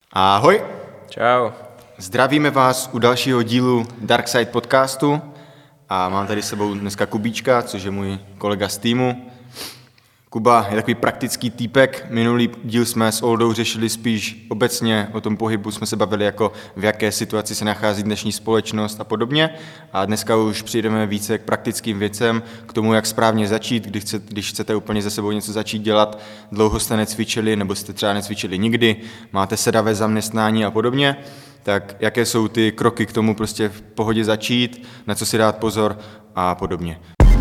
Ahoj! Čau. Zdravíme vás u dalšího dílu Dark Side podcastu a mám tady s sebou dneska Kubíčka, což je můj kolega z týmu. Kuba je takový praktický týpek. Minulý díl jsme s Oldou řešili spíš obecně o tom pohybu, jsme se bavili jako v jaké situaci se nachází dnešní společnost a podobně. A dneska už přijdeme více k praktickým věcem, k tomu, jak správně začít, když chcete úplně ze sebou něco začít dělat, dlouho jste necvičili nebo jste třeba necvičili nikdy, máte sedavé zaměstnání a podobně. Tak jaké jsou ty kroky k tomu prostě v pohodě začít, na co si dát pozor a podobně.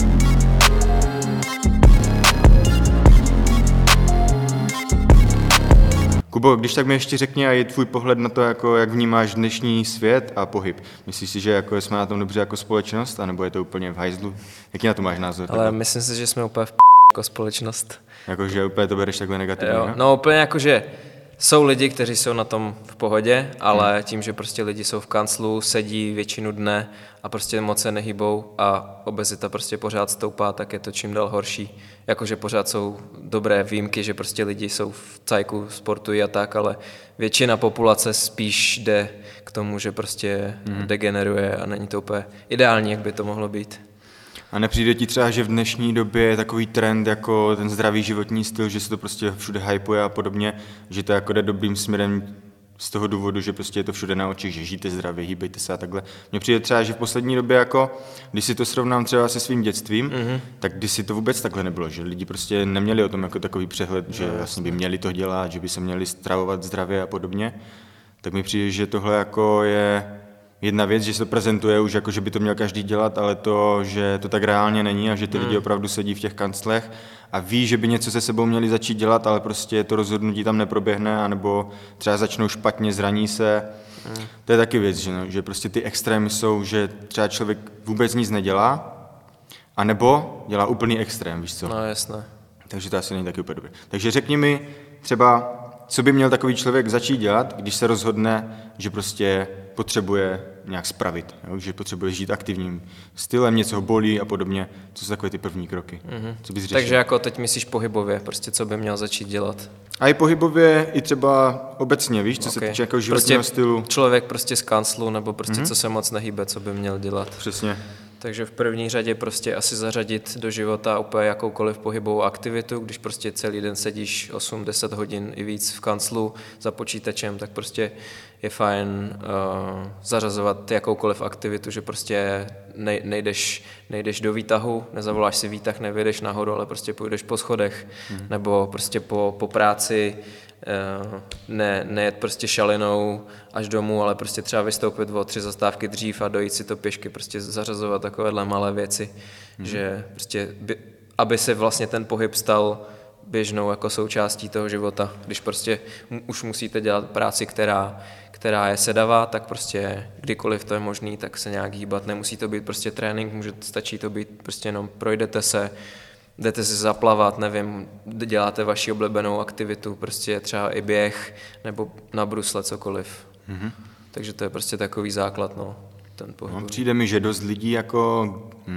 Kubo, když tak mi ještě řekni, a je tvůj pohled na to, jako jak vnímáš dnešní svět a pohyb. Myslíš si, že jako jsme na tom dobře jako společnost, anebo je to úplně v hajzlu? Jaký na to máš názor? Ale myslím si, že jsme úplně v jako společnost. Jakože úplně to bereš takhle negativně, Jo. No úplně jakože jsou lidi, kteří jsou na tom v pohodě, ale tím, že prostě lidi jsou v kanclu, sedí většinu dne a prostě moc se nehybou a obezita prostě pořád stoupá, tak je to čím dál horší. Jakože pořád jsou dobré výjimky, že prostě lidi jsou v cajku, sportují a tak, ale většina populace spíš jde k tomu, že prostě degeneruje a není to úplně ideální, jak by to mohlo být. A nepřijde ti třeba, že v dnešní době je takový trend jako ten zdravý životní styl, že se to prostě všude hypuje a podobně, že to jako jde dobrým směrem z toho důvodu, že prostě je to všude na očích, že žijte zdravě, hýbejte se a takhle. Mně přijde třeba, že v poslední době jako, když si to srovnám třeba se svým dětstvím, tak kdysi to vůbec takhle nebylo, že lidi prostě neměli o tom jako takový přehled, že vlastně by měli to dělat, že by se měli stravovat zdravě a podobně. Tak mi přijde, že tohle jako je jedna věc, že se to prezentuje už jako, že by to měl každý dělat, ale to, že to tak reálně není a že ty lidi opravdu sedí v těch kanclech a ví, že by něco se sebou měli začít dělat, ale prostě to rozhodnutí tam neproběhne, anebo třeba začnou špatně, zraní se. To je taky věc, že prostě ty extrémy jsou, že třeba člověk vůbec nic nedělá, anebo dělá úplný extrém, víš co? No jasné. Takže to asi není taky úplně dobré. Takže řekni mi třeba, co by měl takový člověk začít dělat, když se rozhodne, že prostě potřebuje nějak spravit, jo? Že potřebuje žít aktivním stylem, něco ho bolí a podobně. Co jsou takové ty první kroky? Co bys řešil? Takže jako teď myslíš pohybově, prostě co by měl začít dělat? A i pohybově, i třeba obecně, víš, co se týče jako životního prostě stylu. Člověk prostě z kanclu, nebo prostě co se moc nehýbe, co by měl dělat. Přesně. Takže v první řadě prostě asi zařadit do života úplně jakoukoliv pohybovou aktivitu, když prostě celý den sedíš 8-10 hodin i víc v kanclu za počítačem, tak prostě je fajn zařazovat jakoukoliv aktivitu, že prostě nejdeš do výtahu, nezavoláš si výtah, nevyjedeš nahoru, ale prostě půjdeš po schodech, nebo prostě po práci nejet prostě šalinou až domů, ale prostě třeba vystoupit o 3 zastávky dřív a dojít si to pěšky, prostě zařazovat takovéhle malé věci, že prostě, aby se vlastně ten pohyb stal běžnou jako součástí toho života. Když prostě už musíte dělat práci, která je sedavá, tak prostě kdykoliv to je možný, tak se nějak hýbat. Nemusí to být prostě trénink, stačí to být prostě jenom projdete se, jdete si zaplavat, nevím, děláte vaši oblíbenou aktivitu, prostě třeba i běh, nebo na brusle, cokoliv. Takže to je prostě takový základ, no, ten pohyb. No, přijde mi, že dost lidí jako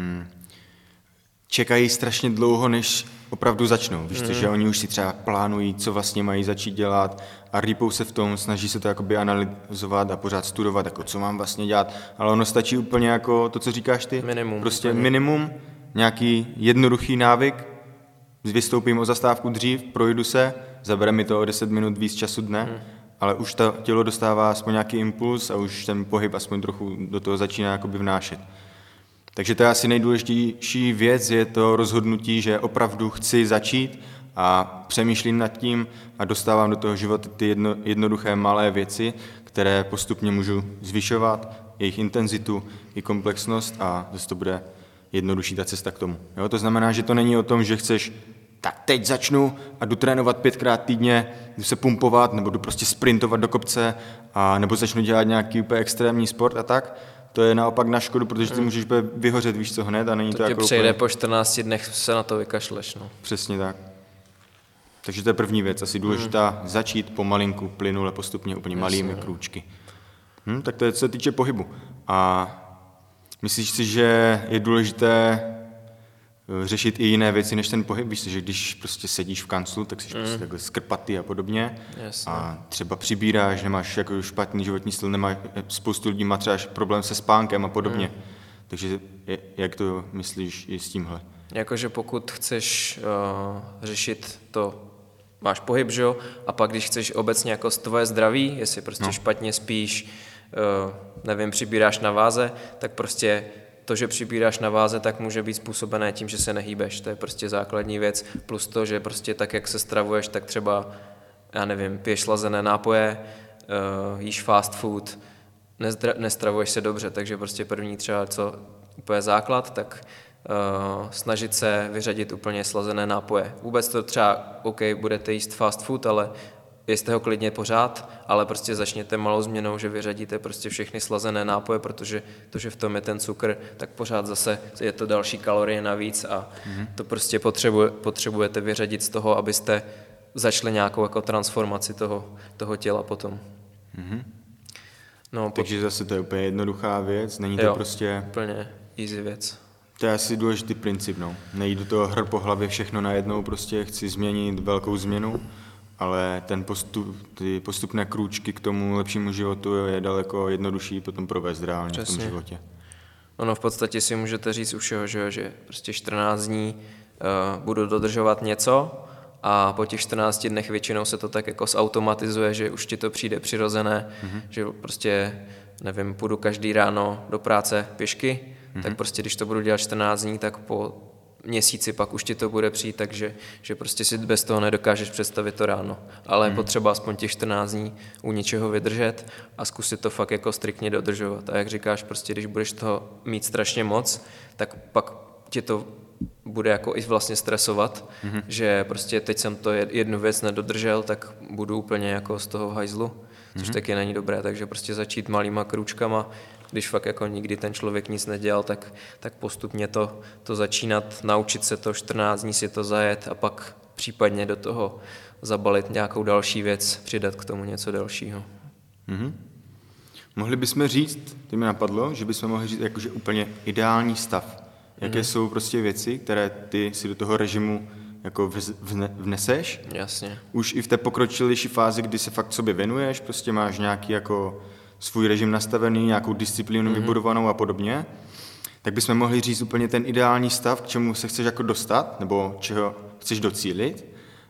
čekají strašně dlouho, než opravdu začnou. Víš co, že oni už si třeba plánují, co vlastně mají začít dělat a rýpou se v tom, snaží se to jakoby analyzovat a pořád studovat, jako co mám vlastně dělat, ale ono stačí úplně jako to, co říkáš ty. Minimum. Prostě minimum, nějaký jednoduchý návyk, vystoupím o zastávku dřív, projdu se, zabere mi to o 10 minut víc času dne, ale už to tělo dostává aspoň nějaký impuls a už ten pohyb aspoň trochu do toho začíná jakoby vnášet. Takže to je asi nejdůležitější věc, je to rozhodnutí, že opravdu chci začít a přemýšlím nad tím a dostávám do toho života ty jednoduché malé věci, které postupně můžu zvyšovat, jejich intenzitu i komplexnost a zase to bude jednodušší ta cesta k tomu. Jo? To znamená, že to není o tom, že chceš tak teď začnu a jdu trénovat 5krát týdně, jdu se pumpovat nebo jdu prostě sprintovat do kopce a nebo začnu dělat nějaký úplně extrémní sport a tak. To je naopak na škodu, protože ty můžeš vyhořet, víš co, hned a není to jako přejde úplně... po 14 dnech, se na to vykašleš, no. Přesně tak. Takže to je první věc, asi důležitá začít pomalinku, plynule, postupně, úplně malými krůčky. Tak to je, co se týče pohybu. A myslíš si, že je důležité řešit i jiné věci než ten pohyb. Víš, že když prostě sedíš v kanclu, tak jsi prostě takhle skrpatý a podobně. Jasně. A třeba přibíráš, nemáš jako špatný životní styl, spoustu lidí má třeba problém se spánkem a podobně. Takže jak to myslíš i s tímhle? Jakože pokud chceš řešit to, máš pohyb, že jo, a pak když chceš obecně jako tvoje zdraví, jestli prostě špatně spíš, nevím, přibíráš na váze, tak prostě to, že přibíráš na váze, tak může být způsobené tím, že se nehýbeš. To je prostě základní věc. Plus to, že prostě tak, jak se stravuješ, tak třeba, já nevím, piješ slazené nápoje, jíš fast food, nestravuješ se dobře, takže prostě první třeba, co úplně základ, tak snažit se vyřadit úplně slazené nápoje. Vůbec to třeba, OK, budete jíst fast food, ale jeste ho klidně pořád, ale prostě začněte malou změnou, že vyřadíte prostě všechny slazené nápoje, protože to, že v tom je ten cukr, tak pořád zase je to další kalorie navíc a to prostě potřebujete vyřadit z toho, abyste začali nějakou jako transformaci toho těla potom. No, Takže zase to je úplně jednoduchá věc, není to prostě... úplně easy věc. To je asi důležitý princip, no. Nejít do toho hr po hlavě všechno najednou, prostě chci změnit velkou změnu, ale ty postupné krůčky k tomu lepšímu životu je daleko jednodušší potom provést reálně v tom životě. Ono v podstatě si můžete říct u všeho, že prostě 14 dní budu dodržovat něco a po těch 14 dnech většinou se to tak jako zautomatizuje, že už ti to přijde přirozené, že prostě, nevím, půjdu každý ráno do práce pěšky, tak prostě když to budu dělat 14 dní, tak po měsíci pak už ti to bude přijít, takže že prostě si bez toho nedokážeš představit to ráno. Ale je potřeba aspoň těch 14 dní u něčeho vydržet a zkusit to fakt jako striktně dodržovat. A jak říkáš, prostě když budeš toho mít strašně moc, tak pak tě to bude jako i vlastně stresovat, že prostě teď jsem to jednu věc nedodržel, tak budu úplně jako z toho hajzlu, což taky není dobré, takže prostě začít malýma krůčkama, když fakt jako nikdy ten člověk nic nedělal, tak postupně to začínat, naučit se to 14 dní si to zajet a pak případně do toho zabalit nějakou další věc, přidat k tomu něco dalšího. Mohli bychom říct, to mi napadlo, že bychom mohli říct jakože úplně ideální stav. Jaké jsou prostě věci, které ty si do toho režimu jako vneseš. Jasně. Už i v té pokročilejší fázi, kdy se fakt sobě věnuješ, prostě máš nějaký jako svůj režim nastavený, nějakou disciplínu vybudovanou a podobně, tak bychom mohli říct úplně ten ideální stav, k čemu se chceš jako dostat, nebo čeho chceš docílit.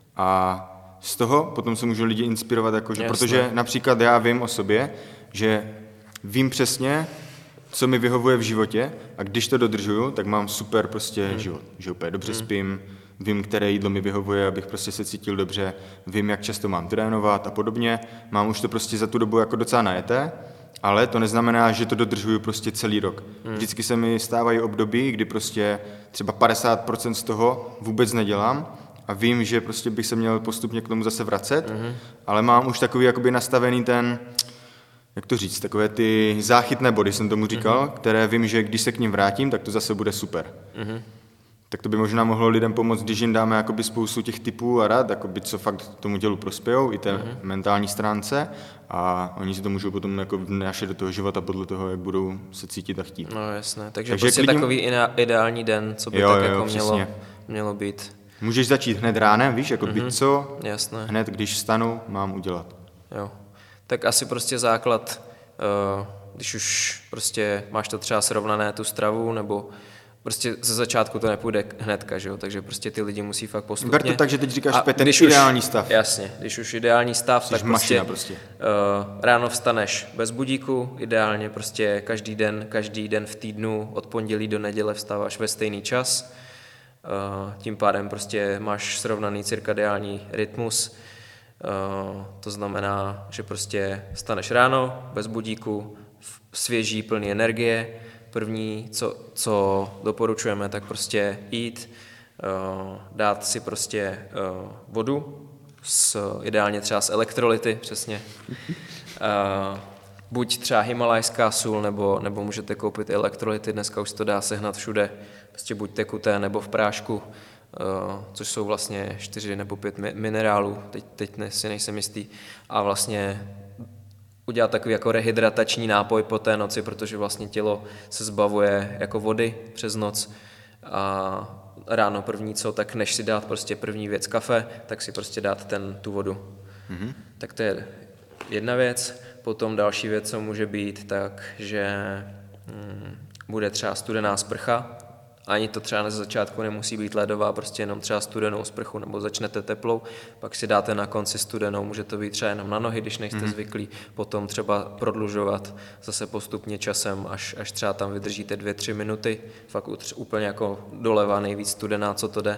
A z toho potom se můžou lidi inspirovat, jakože, protože například já vím o sobě, že vím přesně, co mi vyhovuje v životě a když to dodržuju, tak mám super prostě život, že úplně dobře spím, vím, které jídlo mi vyhovuje, abych prostě se cítil dobře, vím, jak často mám trénovat a podobně, mám už to prostě za tu dobu jako docela najeté, ale to neznamená, že to dodržuju prostě celý rok. Vždycky se mi stávají období, kdy prostě třeba 50% z toho vůbec nedělám a vím, že prostě bych se měl postupně k tomu zase vracet, ale mám už takový jakoby nastavený ten, jak to říct, takové ty záchytné body, jsem tomu říkal, které vím, že když se k ním vrátím, tak to zase bude super. Tak to by možná mohlo lidem pomoct, když jim dáme jakoby spoustu těch typů a rad, jakoby, co fakt tomu tělu prospějou, i té mentální stránce a oni si to můžou potom jako vnášet do toho života podle toho, jak budou se cítit a chtít. No jasné, takže prostě takový takový ideální den, co by mělo být. Můžeš začít hned ránem, víš, jako být co, jasné. Hned když vstanu, mám udělat. Jo. Tak asi prostě základ, když už prostě máš to třeba srovnané tu stravu, nebo prostě ze začátku to nepůjde hnedka, že jo? Takže prostě ty lidi musí fakt postupně. Ber to tak, že teď říkáš ten ideální stav. Jasně, když už ideální stav, tak prostě. Ráno vstaneš bez budíku, ideálně prostě každý den v týdnu od pondělí do neděle vstáváš ve stejný čas, tím pádem prostě máš srovnaný cirkadiální rytmus. To znamená, že prostě vstaneš ráno, bez budíku, svěží, plný energie. První, co doporučujeme, tak prostě jít, dát si prostě vodu, ideálně třeba s elektrolyty, přesně. Buď třeba himalajská sůl, nebo můžete koupit elektrolyty, dneska už to dá sehnat všude, prostě buď tekuté, nebo v prášku, což jsou vlastně 4 nebo 5 minerálů, teď si nejsem jistý, a vlastně udělat takový jako rehydratační nápoj po té noci, protože vlastně tělo se zbavuje jako vody přes noc a ráno první co, tak než si dát prostě první věc kafe, tak si prostě dát tu vodu. Tak to je jedna věc. Potom další věc, co může být, tak že bude třeba studená sprcha. Ani to třeba na začátku nemusí být ledová, prostě jenom třeba studenou sprchu, nebo začnete teplou, pak si dáte na konci studenou, může to být třeba jenom na nohy, když nejste zvyklí, potom třeba prodlužovat zase postupně časem, až třeba tam vydržíte 2-3 minuty, fakt úplně jako doleva nejvíc studená, co to jde.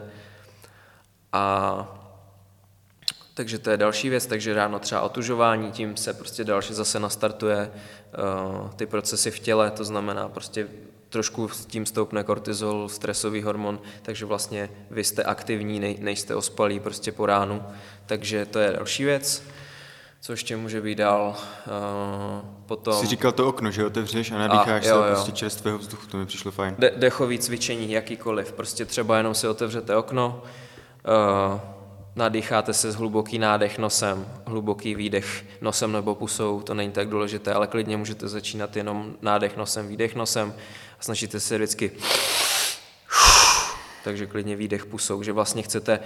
Takže to je další věc, takže ráno třeba otužování, tím se prostě další zase nastartuje ty procesy v těle, to znamená prostě trošku s tím stoupne kortizol, stresový hormon, takže vlastně vy jste aktivní, nejste ospalí prostě po ránu, takže to je další věc. Co ještě může být dál? Potom... Jsi říkal to okno, že otevřeš a nadýcháš se prostě čerstvého vzduchu, to mi přišlo fajn. Dechový cvičení, jakýkoliv, prostě třeba jenom si otevřete okno, nadýcháte se z hluboký nádech nosem, hluboký výdech nosem nebo pusou, to není tak důležité, ale klidně můžete začínat jenom nádech nosem, výdech nosem a snažíte se vždycky takže klidně výdech pusou, že vlastně chcete,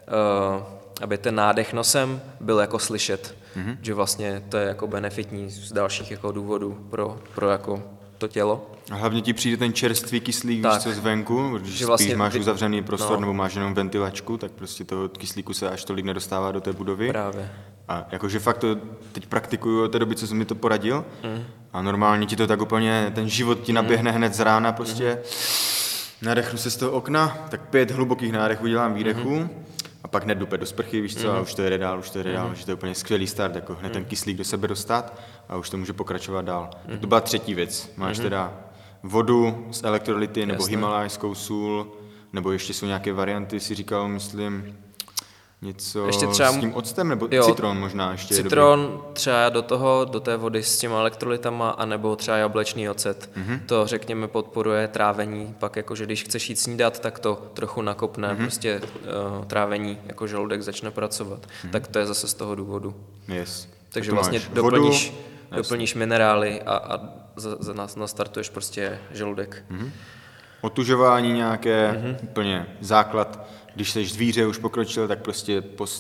aby ten nádech nosem byl jako slyšet, že vlastně to je jako benefitní z dalších jako důvodů pro jako to tělo. A hlavně ti přijde ten čerstvý kyslík, víš co, zvenku, když spíš vlastně máš uzavřený prostor nebo máš jenom ventilačku, tak prostě toho kyslíku se až tolik nedostává do té budovy. Právě. A jakože fakt to teď praktikuju od té doby, co jsem mi to poradil a normálně ti to tak úplně, ten život ti naběhne hned z rána prostě. Nadechnu se z toho okna, tak 5 hlubokých nádechů dělám výdechů a pak hned dupe do sprchy, víš co, a už to jede dál, že to je úplně skvělý start, jako hned ten kyslík do sebe dostat a už to může pokračovat dál. Tak to byla třetí věc, máš teda vodu s elektrolyty nebo himalajskou sůl, nebo ještě jsou nějaké varianty, si říkal, myslím, něco ještě třeba s tím octem, nebo citron možná ještě citron třeba do té vody s těma elektrolytama, anebo třeba jablečný ocet. To, řekněme, podporuje trávení, pak jakože když chceš jít snídat, tak to trochu nakopne, prostě trávení, jako žaludek začne pracovat. Tak to je zase z toho důvodu. Yes. Takže vlastně doplníš minerály a nastartuješ prostě žaludek. Otužování nějaké, úplně základ. Když jsi zvíře už pokročil, tak prostě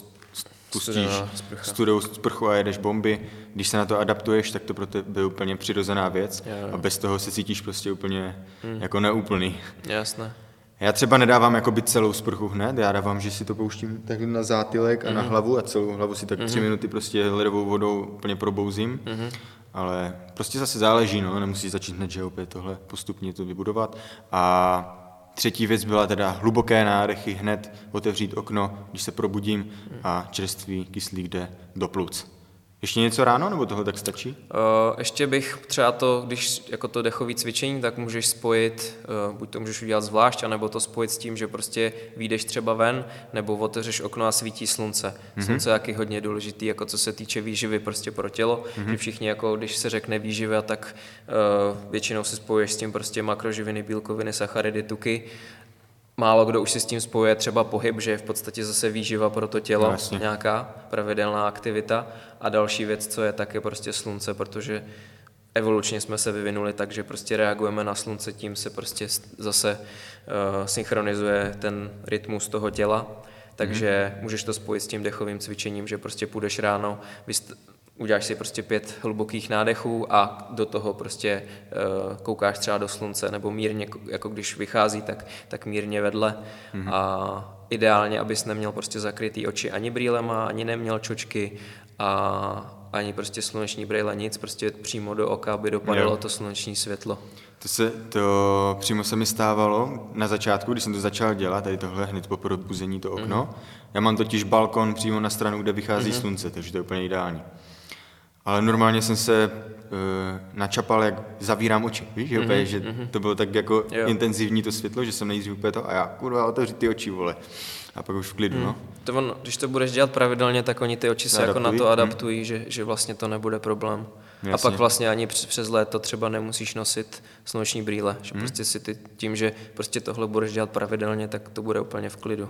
pustíš studenou sprchu a jedeš bomby. Když se na to adaptuješ, tak to pro tebe je úplně přirozená věc a bez toho se cítíš prostě úplně jako neúplný. Jasné. Já třeba nedávám jakoby celou sprchu hned, já dávám, že si to pouštím takhle na zátylek a na hlavu a celou hlavu si tak 3 minuty prostě ledovou vodou úplně probouzím. Ale prostě zase záleží, no, nemusíš začít hned, že opět tohle postupně to vybudovat. A třetí věc byla teda hluboké nádechy, hned otevřít okno, když se probudím a čerstvý kyslík jde do pluc. Ještě něco ráno, nebo tohle tak stačí? Ještě bych třeba to, když jako to dechové cvičení, tak můžeš spojit, buď to můžeš udělat zvlášť, anebo to spojit s tím, že prostě vyjdeš třeba ven, nebo otevřeš okno a svítí slunce. Slunce je taky hodně důležitý, jako co se týče výživy prostě pro tělo, že všichni, jako když se řekne výživa, tak většinou se spojuješ s tím prostě makroživiny, bílkoviny, sacharidy, tuky. Málo kdo už si s tím spojuje třeba pohyb, že je v podstatě zase výživa pro to tělo, nějaká pravidelná aktivita. A další věc, co je, tak je prostě slunce, protože evolučně jsme se vyvinuli tak, že prostě reagujeme na slunce, tím se prostě zase synchronizuje ten rytmus toho těla. Takže můžeš to spojit s tím dechovým cvičením, že prostě půjdeš ráno, uděláš si prostě 5 hlubokých nádechů a do toho prostě koukáš třeba do slunce, nebo mírně, jako když vychází, tak mírně vedle. A ideálně, abys neměl prostě zakrytý oči ani brýlema, ani neměl čočky a ani prostě sluneční brýle, nic, prostě přímo do oka, aby dopadalo to sluneční světlo. To přímo se mi stávalo na začátku, když jsem to začal dělat, tady tohle hned po probuzení to okno. Já mám totiž balkon přímo na stranu, kde vychází slunce, takže to je úplně ideální. Ale normálně jsem se načapal, jak zavírám oči, víš, že to bylo tak jako intenzivní to světlo, že jsem nejdřív úplně to a já kurva otevřít ty oči, vole. A pak už v klidu, no. Když to budeš dělat pravidelně, tak oni ty oči se jako na to adaptují, že vlastně to nebude problém. Jasně. A pak vlastně ani přes léto třeba nemusíš nosit sluneční brýle, že prostě si ty tím, že prostě tohle budeš dělat pravidelně, tak to bude úplně v klidu.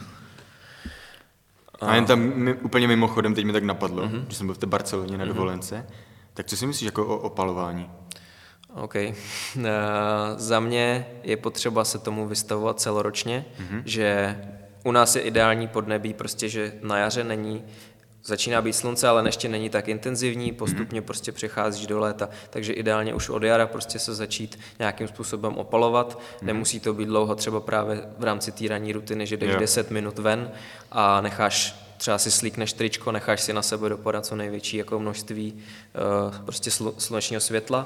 A jen tam úplně mimochodem, teď mi tak napadlo, že jsem byl v té Barceloně na dovolence, tak co si myslíš jako o opalování? OK. Za mě je potřeba se tomu vystavovat celoročně, že u nás je ideální podnebí, prostě, že na jaře začíná být slunce, ale ještě není tak intenzivní, postupně prostě přecházíš do léta, takže ideálně už od jara prostě se začít nějakým způsobem opalovat, nemusí to být dlouho, třeba právě v rámci té ranní rutiny, že jdeš 10 minut ven a třeba si slíkneš tričko, necháš si na sebe dopadat co největší jako množství prostě slunečního světla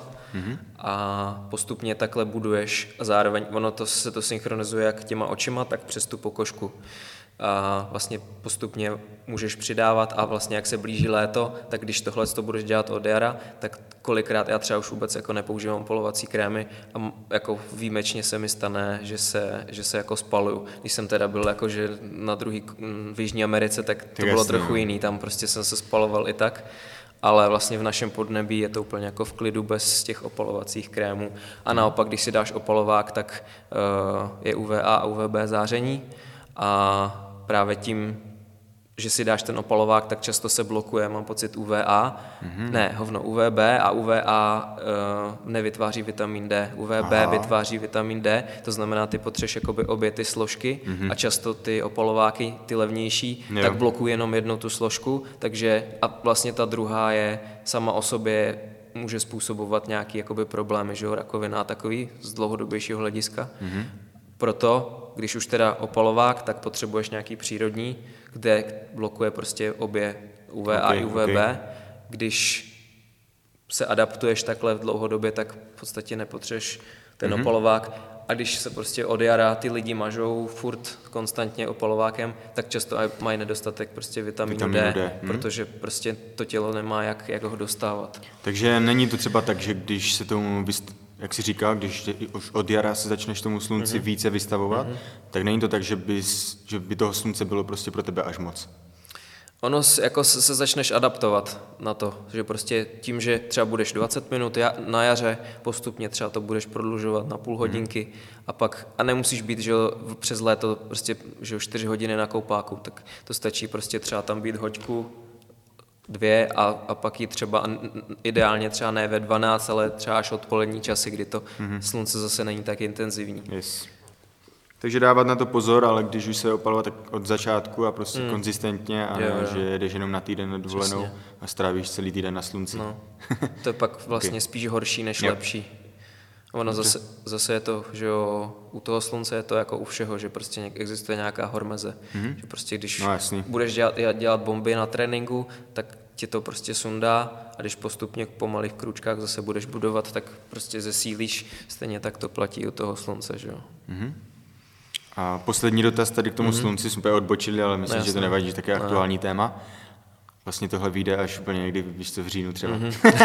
a postupně takhle buduješ a zároveň se to synchronizuje jak těma očima, tak přes tu pokožku. A vlastně postupně můžeš přidávat a vlastně jak se blíží léto, tak když tohle to budeš dělat od jara, tak kolikrát já třeba už vůbec jako nepoužívám opalovací krémy a jako výjimečně se mi stane, že se jako spaluju. Když jsem teda byl jakože v Jižní Americe, tak to bylo trochu jiný, tam prostě jsem se spaloval i tak, ale vlastně v našem podnebí je to úplně jako v klidu bez těch opalovacích krémů. A naopak, když si dáš opalovák, tak je UVA a UVB záření a právě tím, že si dáš ten opalovák, tak často se blokuje, mám pocit, UVA. UVB a UVA nevytváří vitamin D. UVB vytváří vitamin D, to znamená, ty potřebuješ jakoby obě ty složky a často ty opalováky, ty levnější, tak blokují jenom jednu tu složku, takže a vlastně ta druhá je sama o sobě může způsobovat nějaký jakoby problémy, že jo, rakovina a takový z dlouhodobějšího hlediska. Proto, když už teda opalovák, tak potřebuješ nějaký přírodní, kde blokuje prostě obě UVA i UVB. Když se adaptuješ takhle v dlouhodobě, tak v podstatě nepotřebuješ ten opalovák. A když se prostě od jara ty lidi mažou furt konstantně opalovákem, tak často mají nedostatek prostě vitamínu D. Protože prostě to tělo nemá jak ho dostávat. Takže není to třeba tak, že když se tomu jak jsi říkal, když už od jara se začneš tomu slunci více vystavovat, tak není to tak, že by toho slunce bylo prostě pro tebe až moc. Ono jako se začneš adaptovat na to, že prostě tím, že třeba budeš 20 minut na jaře, postupně třeba to budeš prodlužovat na půl hodinky a nemusíš být, že přes léto prostě, že 4 hodiny na koupáku, tak to stačí prostě třeba tam být hoďku, 2 a pak jít třeba ideálně třeba ne ve 12, ale třeba až odpolední časy, kdy to slunce zase není tak intenzivní. Yes. Takže dávat na to pozor, ale když už se opalovat, tak od začátku a prostě konzistentně a že jedeš jenom na týden na dovolenou a strávíš celý týden na slunci. No. To je pak vlastně spíš horší než lepší. Ono zase je to, že jo, u toho slunce je to jako u všeho, že prostě existuje nějaká hormeze. Že prostě když budeš dělat bomby na tréninku, tak ti to prostě sundá a když postupně po malých kručkách zase budeš budovat, tak prostě zesílíš. Stejně tak to platí u toho slunce, že jo. A poslední dotaz tady k tomu slunci, jsme odbočili, ale myslím, že to nevadí, že také aktuální téma. Vlastně tohle vyjde až úplně někdy, víš co, v říjnu třeba.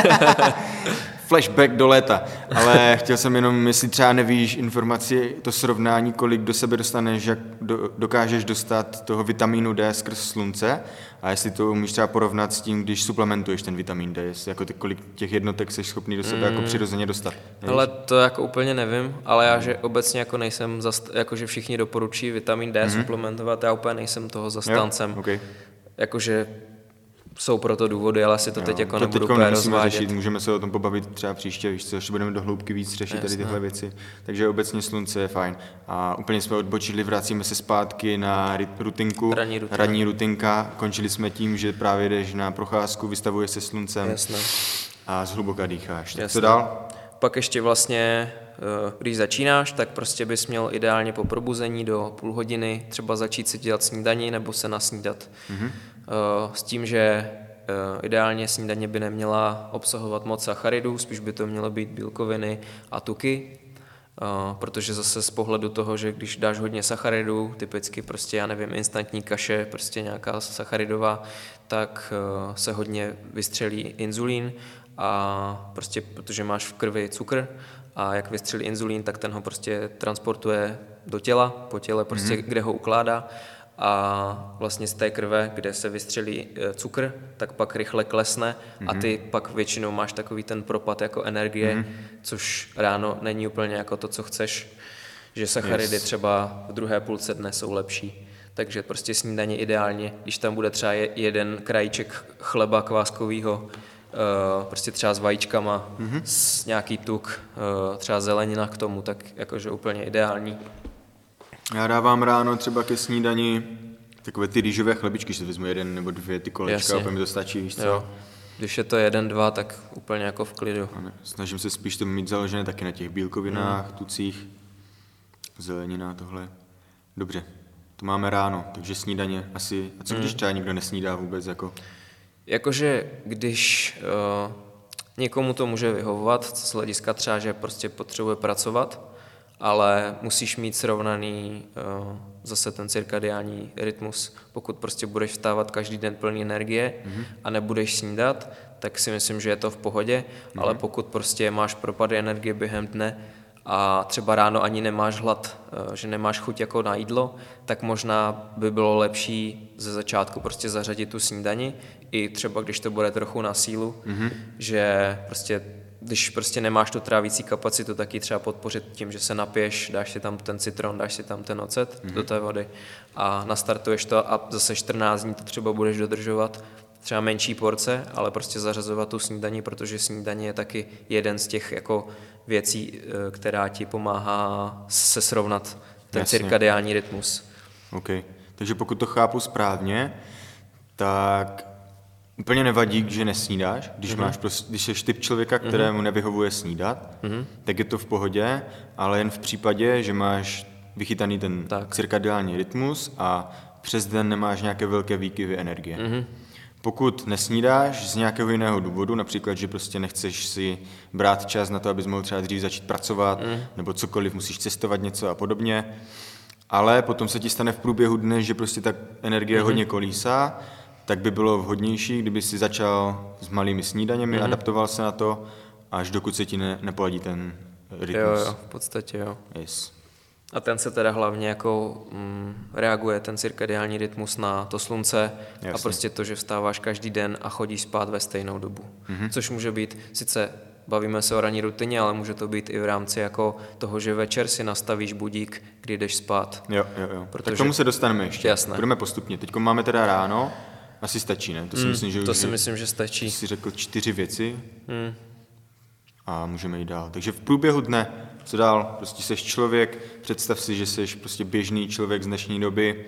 Flashback do léta. Ale chtěl jsem jenom, jestli třeba nevíš informaci, to srovnání, kolik do sebe dostaneš, jak dokážeš dostat toho vitamínu D skrz slunce a jestli to umíš třeba porovnat s tím, když suplementuješ ten vitamin D, jestli jako kolik těch jednotek jsi schopný do sebe jako přirozeně dostat. Nevíš? Ale to jako úplně nevím, ale já, že obecně jako nejsem, jako že všichni doporučí vitamin D suplementovat, já úplně nejsem toho zastáncem. Jakože jsou proto důvody, ale asi to teď jako nebudu úplně rozvádět. Můžeme se o tom pobavit třeba příště, víš co, ještě budeme do hloubky víc řešit tady tyhle věci. Takže obecně slunce je fajn. A úplně jsme odbočili, vracíme se zpátky na rutinku. Ranní rutinka. Končili jsme tím, že právě jdeš na procházku, vystavuješ se sluncem a zhluboka dýcháš. Tak co dál? Pak ještě vlastně, když začínáš, tak prostě bys měl ideálně po probuzení do půl hodiny třeba začít si dělat snídani nebo se nasnídat. S tím, že ideálně snídaně by neměla obsahovat moc sacharidů, spíš by to mělo být bílkoviny a tuky, protože zase z pohledu toho, že když dáš hodně sacharidů, typicky prostě, já nevím, instantní kaše, prostě nějaká sacharidová, tak se hodně vystřelí inzulín a prostě protože máš v krvi cukr a jak vystřelí inzulín, tak ten ho prostě transportuje do těla, po těle prostě, kde ho ukládá a vlastně z té krve, kde se vystřelí cukr, tak pak rychle klesne a ty pak většinou máš takový ten propad jako energie, což ráno není úplně jako to, co chceš, že sacharidy třeba v druhé půlce dne jsou lepší. Takže prostě snídaně ideálně, když tam bude třeba jeden krajíček chleba kváskovýho, prostě třeba s vajíčkama, s nějaký tuk, třeba zelenina k tomu, tak jakože úplně ideální. Já dávám ráno třeba ke snídani takové ty rýžové chlebičky, že si vezmu 1 nebo 2 ty kolečka, a mi to stačí, víš co? Jo. Když je to 1, 2, tak úplně jako v klidu. Snažím se spíš to mít založené taky na těch bílkovinách, tucích, zelenina, tohle. Dobře, to máme ráno, takže snídaně asi. A co když třeba nikdo nesnídá vůbec? Jakože když někomu to může vyhovovat, z hlediska třeba, že prostě potřebuje pracovat, ale musíš mít srovnaný zase ten cirkadiální rytmus. Pokud prostě budeš vstávat každý den plný energie a nebudeš snídat, tak si myslím, že je to v pohodě, ale pokud prostě máš propady energie během dne a třeba ráno ani nemáš hlad, že nemáš chuť jako na jídlo, tak možná by bylo lepší ze začátku prostě zařadit tu snídani, i třeba když to bude trochu na sílu, že prostě když prostě nemáš tu trávící kapacitu, tak ji třeba podpořit tím, že se napiješ, dáš si tam ten citron, dáš si tam ten ocet do té vody a nastartuješ to a zase 14 dní to třeba budeš dodržovat, třeba menší porce, ale prostě zařazovat tu snídani, protože snídaně je taky jeden z těch jako věcí, která ti pomáhá se srovnat ten cirkadiální rytmus. OK. Takže pokud to chápu správně, tak úplně nevadí, že nesnídáš, když jsi typ člověka, kterému nevyhovuje snídat, tak je to v pohodě, ale jen v případě, že máš vychytaný ten cirkadiální rytmus a přes den nemáš nějaké velké výkyvy energie. Pokud nesnídáš z nějakého jiného důvodu, například, že prostě nechceš si brát čas na to, abys mohl třeba dřív začít pracovat, nebo cokoliv, musíš cestovat něco a podobně, ale potom se ti stane v průběhu dne, že prostě ta energie hodně kolísá, tak by bylo vhodnější, kdyby si začal s malými snídaněmi, adaptoval se na to, až dokud se ti nepoladí ten rytmus. Jo, v podstatě jo. Yes. A ten se teda hlavně jako reaguje, ten cirkadiální rytmus, na to slunce. Jasně. A prostě to, že vstáváš každý den a chodíš spát ve stejnou dobu. Což může být, sice bavíme se o ranní rutině, ale může to být i v rámci jako toho, že večer si nastavíš budík, kdy jdeš spát. Jo. Protože... Tak k tomu se dostaneme ještě. Jasné. Budeme postupně. Teď máme teda ráno, asi stačí, ne? To si myslím, že stačí. Jsi řekl 4 věci a můžeme jít dál. Takže v průběhu dne, co dál? Prostě seš člověk, představ si, že seš prostě běžný člověk z dnešní doby,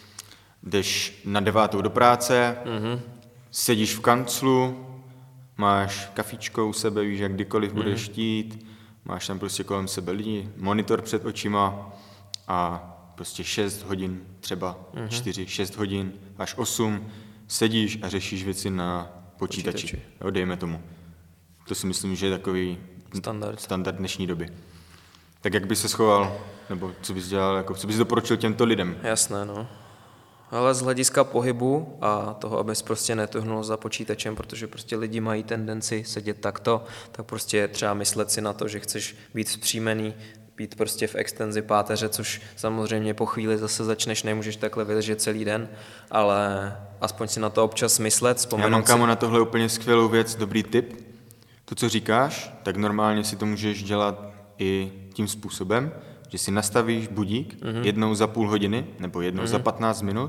jdeš na 9 do práce, sedíš v kanclu, máš kafíčko u sebe, víš, jak kdykoliv budeš chtít, máš tam prostě kolem sebe lidi, monitor před očima a prostě 6 hodin, třeba 4-6 hodin až 8, sedíš a řešíš věci na počítači. Jo, dejme tomu. To si myslím, že je takový standard dnešní doby. Tak jak bys se schoval, nebo co bys dělal, jako, co bys doporučil těmto lidem? Jasné, no. Ale z hlediska pohybu a toho, abys prostě netuhnul za počítačem, protože prostě lidi mají tendenci sedět takto, tak prostě třeba myslet si na to, že chceš být vzpřímený, být prostě v extenzi páteře, což samozřejmě po chvíli zase začneš, nemůžeš takhle vydržet celý den, ale aspoň si na to občas myslet, vzpomenout. Já mám kámo na tohle úplně skvělou věc, dobrý tip. To, co říkáš, tak normálně si to můžeš dělat i tím způsobem, že si nastavíš budík jednou za půl hodiny nebo jednou za 15 minut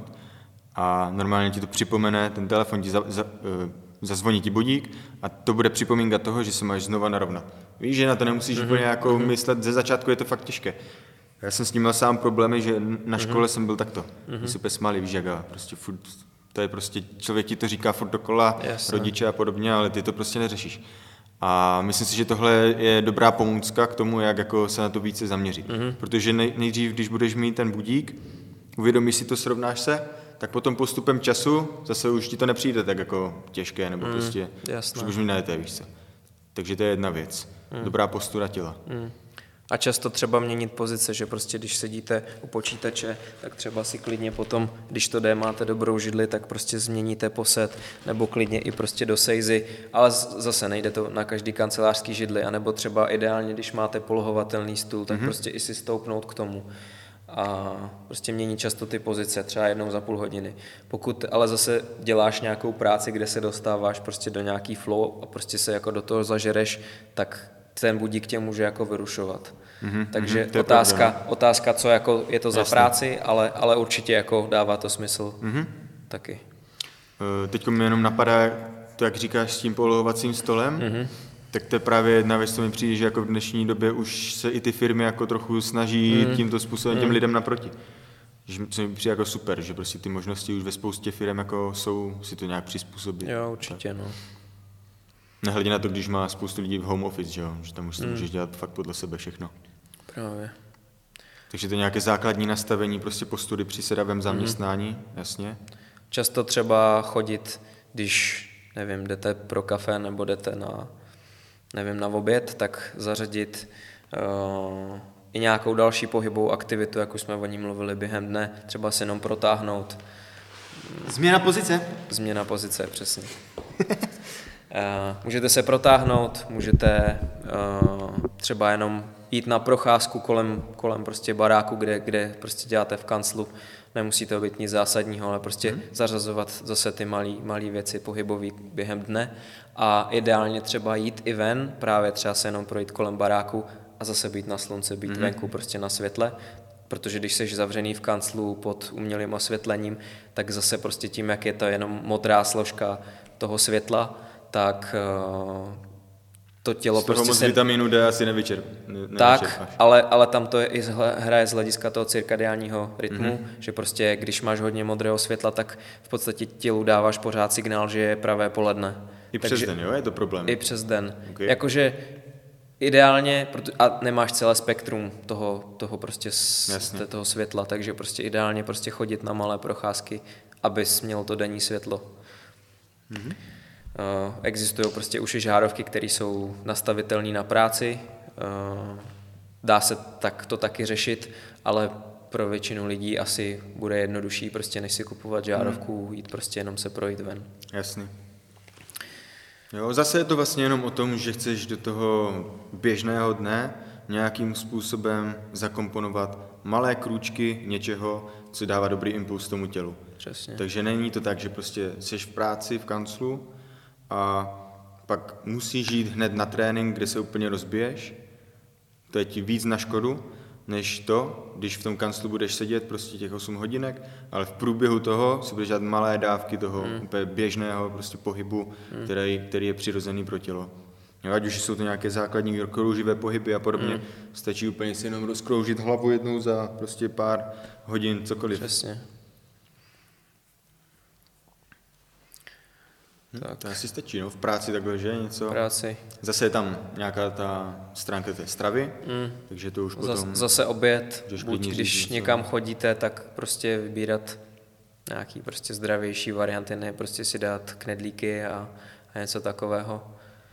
a normálně ti to připomene, ten telefon ti zazvoní ti budík a to bude připomínka toho, že se máš znova narovnat. Víš, že na to nemusíš úplně jako myslet, ze začátku je to fakt těžké. Já jsem s tím měl sám problémy, že na škole jsem byl takto. Super smalý, víš, jak prostě furt, to je prostě, člověk ti to říká furt dokola, rodiče a podobně, ale ty to prostě neřešíš. A myslím si, že tohle je dobrá pomůcka k tomu, jak jako se na to více zaměřit. Protože nejdřív, když budeš mít ten budík, uvědomíš si to, srovnáš se, tak potom postupem času zase už ti to nepřijde tak jako těžké, nebo prostě už mi najeté, víš co. Takže to je jedna věc. Dobrá postura těla. A často třeba měnit pozice, že prostě když sedíte u počítače, tak třeba si klidně potom, když to jde, máte dobrou židli, tak prostě změníte posed, nebo klidně i prostě do sejzy, ale zase nejde to na každý kancelářský židli, anebo třeba ideálně, když máte polohovatelný stůl, tak prostě i si stoupnout k tomu. A prostě mění často ty pozice, třeba jednou za půl hodiny. Pokud ale zase děláš nějakou práci, kde se dostáváš prostě do nějaký flow a prostě se jako do toho zažereš, tak ten budík tě může jako vyrušovat. Takže otázka, co jako je to za práci, ale určitě jako dává to smysl taky. Teď mi jenom napadá, to, jak říkáš s tím polohovacím stolem, tak to je právě jedna věc, co mi přijde, že jako v dnešní době už se i ty firmy jako trochu snaží tímto způsobem těm lidem naproti. Že co mi přijde jako super, že prostě ty možnosti už ve spoustě firm jako jsou si to nějak přizpůsobit. Jo, určitě, no. Nehledě na to, když má spoustu lidí v home office, že jo? Že tam už to můžeš dělat fakt podle sebe všechno. Právě. Takže to je nějaké základní nastavení prostě postudy při sedavém zaměstnání, jasně. Často třeba chodit, když, nevím, jdete pro kafe nebo jdete na oběd, tak zařadit i nějakou další pohybovou aktivitu, jak už jsme o ní mluvili během dne, třeba si jenom protáhnout. Změna pozice, přesně. Můžete se protáhnout, můžete třeba jenom jít na procházku kolem prostě baráku, kde prostě děláte v kanclu. Nemusí to být nic zásadního, ale prostě zařazovat zase ty malé věci pohybové během dne a ideálně třeba jít i ven, právě třeba se jenom projít kolem baráku a zase být na slunci, být venku prostě na světle, protože když jsi zavřený v kanclu pod umělým osvětlením, tak zase prostě tím, jak je to jenom modrá složka toho světla, tak to tělo z toho prostě moc vitamínu D asi nevyčerpáš. Tak, ale tam to je i hraje z hlediska toho cirkadiálního rytmu, že prostě když máš hodně modrého světla, tak v podstatě tělu dáváš pořád signál, že je pravé poledne. I přes den, jo? Je to problém? I přes den. Okay. Jakože ideálně, a nemáš celé spektrum toho prostě toho světla, takže prostě ideálně prostě chodit na malé procházky, abys měl to denní světlo. Existují prostě už i žárovky, které jsou nastavitelné na práci. Dá se to taky řešit, ale pro většinu lidí asi bude jednodušší prostě než si kupovat žárovku, jít prostě jenom se projít ven. Jasný. Jo, zase je to vlastně jenom o tom, že chceš do toho běžného dne nějakým způsobem zakomponovat malé krůčky něčeho, co dává dobrý impuls tomu tělu. Přesně. Takže není to tak, že prostě jsi v práci, v kanclu a pak musíš jít hned na trénink, kde se úplně rozbiješ. To je ti víc na škodu, než to, když v tom kanclu budeš sedět prostě těch 8 hodinek, ale v průběhu toho si budeš dělat malé dávky toho úplně běžného prostě pohybu, který je přirozený pro tělo. Jo, ať už jsou to nějaké základní krouživé pohyby a podobně, stačí úplně si jenom rozkroužit hlavu jednou za prostě pár hodin, cokoliv. Přesně. Tak. To asi stačí, no, v práci takhle, že něco. V práci. Zase je tam nějaká ta stránka té stravy, takže to už potom... Zase oběd, buď když někam chodíte, tak prostě vybírat nějaký prostě zdravější varianty, ne prostě si dát knedlíky a něco takového.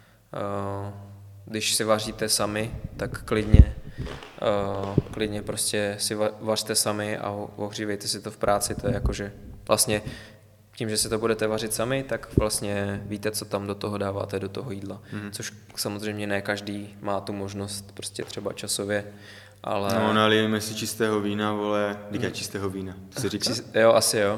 Když si vaříte sami, tak klidně prostě si vařte sami a ohřívejte si to v práci, to je jakože vlastně tím, že si to budete vařit sami, tak vlastně víte, co tam do toho dáváte, do toho jídla. Což samozřejmě ne každý má tu možnost prostě třeba časově, ale... No, nalijeme si čistého vína, vole, čistého vína, to si říká? Jo, asi jo.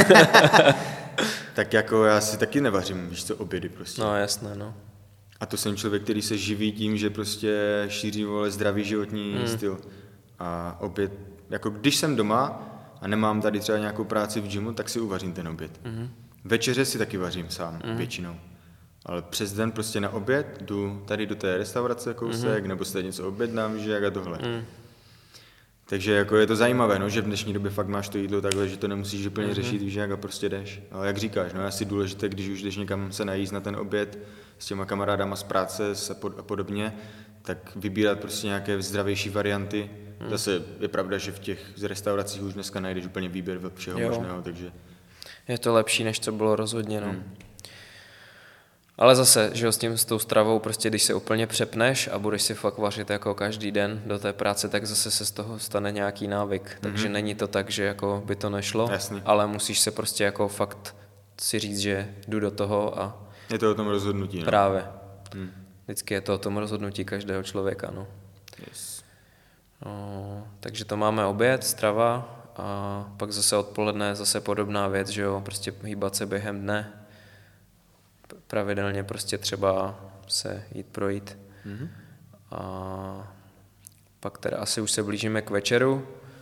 Tak jako já si taky nevařím, víš co, obědy prostě. No, jasné, no. A to jsem člověk, který se živí tím, že prostě šíří, vole, zdravý životní styl. A oběd, jako když jsem doma a nemám tady třeba nějakou práci v gymu, tak si uvařím ten oběd. Večeře si taky vařím sám, většinou. Ale přes den prostě na oběd jdu tady do té restaurace kousek, nebo si tady něco objednám, že jak a tohle. Takže jako je to zajímavé, no, že v dnešní době fakt máš to jídlo takhle, že to nemusíš úplně řešit, víš, jak a prostě jdeš. Ale jak říkáš, no, je asi důležité, když už jdeš někam se najíst na ten oběd s těma kamarádama z práce a podobně, tak vybírat prostě nějaké zdravější varianty. Zase je pravda, že v těch restauracích už dneska najdeš úplně výběr všeho možného, takže... Je to lepší, než co bylo rozhodně, no. Ale zase, že s tou stravou, prostě když se úplně přepneš a budeš si fakt vařit jako každý den do té práce, tak zase se z toho stane nějaký návyk. Takže není to tak, že jako by to nešlo, ale musíš se prostě jako fakt si říct, že jdu do toho a... Je to o tom rozhodnutí, no. Právě. Vždycky je to o tom rozhodnutí každého člověka, no. Yes. No, takže to máme oběd, strava a pak zase odpoledne zase podobná věc, že jo, prostě hýbat se během dne. Pravidelně prostě třeba se jít projít. A pak teda asi už se blížíme k večeru.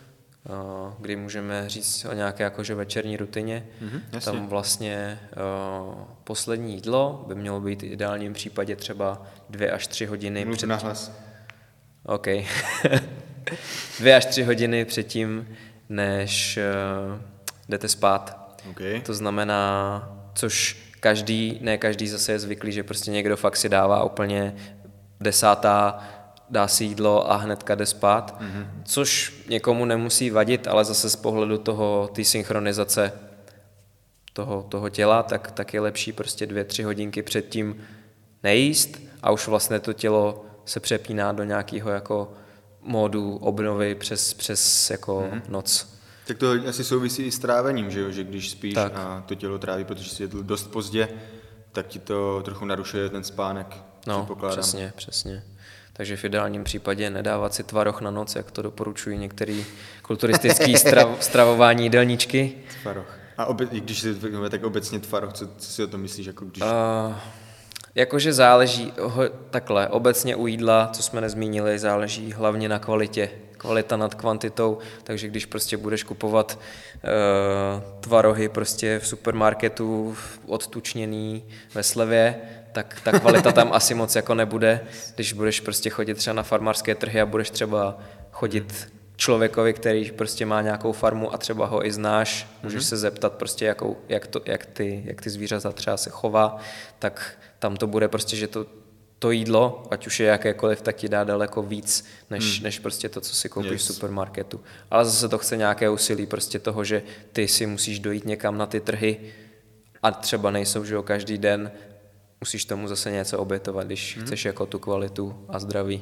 kdy můžeme říct o nějaké jakože večerní rutině. jasně. Tam vlastně poslední jídlo by mělo být v ideálním případě třeba 2 až 3 hodiny Mluv nahlas. OK. 2 až 3 hodiny předtím, než jdete spát. Okay. To znamená, což ne každý zase je zvyklý, že prostě někdo fakt si dává úplně 10, dá si jídlo a hnedka jde spát, což někomu nemusí vadit, ale zase z pohledu té synchronizace toho těla, tak je lepší prostě 2-3 hodinky předtím nejíst a už vlastně to tělo se přepíná do nějakého jako módu obnovy přes jako noc. Tak to asi souvisí i s trávením, že jo? Že když spíš tak. A to tělo tráví, protože si jedl dost pozdě, tak ti to trochu narušuje ten spánek. No, přesně. Takže v ideálním případě nedávat si tvaroh na noc, jak to doporučují některé kulturistické stravování jídelníčky. Tvaroh. A když si tak obecně tvaroh, co si o tom myslíš? Jako když... Jakože záleží, takhle, obecně u jídla, co jsme nezmínili, záleží hlavně na kvalitě. Kvalita nad kvantitou, takže když prostě budeš kupovat tvarohy prostě v supermarketu odtučněný ve slevě, tak ta kvalita tam asi moc jako nebude. Když budeš prostě chodit třeba na farmářské trhy a budeš třeba chodit člověkovi, který prostě má nějakou farmu a třeba ho i znáš, můžeš se zeptat prostě jak ty zvířata třeba se chová, tak tam to bude prostě, že to jídlo, ať už je jakékoliv, tak ti dá daleko víc, než prostě to, co si koupíš v supermarketu. Ale zase to chce nějaké úsilí prostě toho, že ty si musíš dojít někam na ty trhy a třeba nejsou, že jo, každý den, musíš tomu zase něco obětovat, když chceš jako tu kvalitu a zdraví.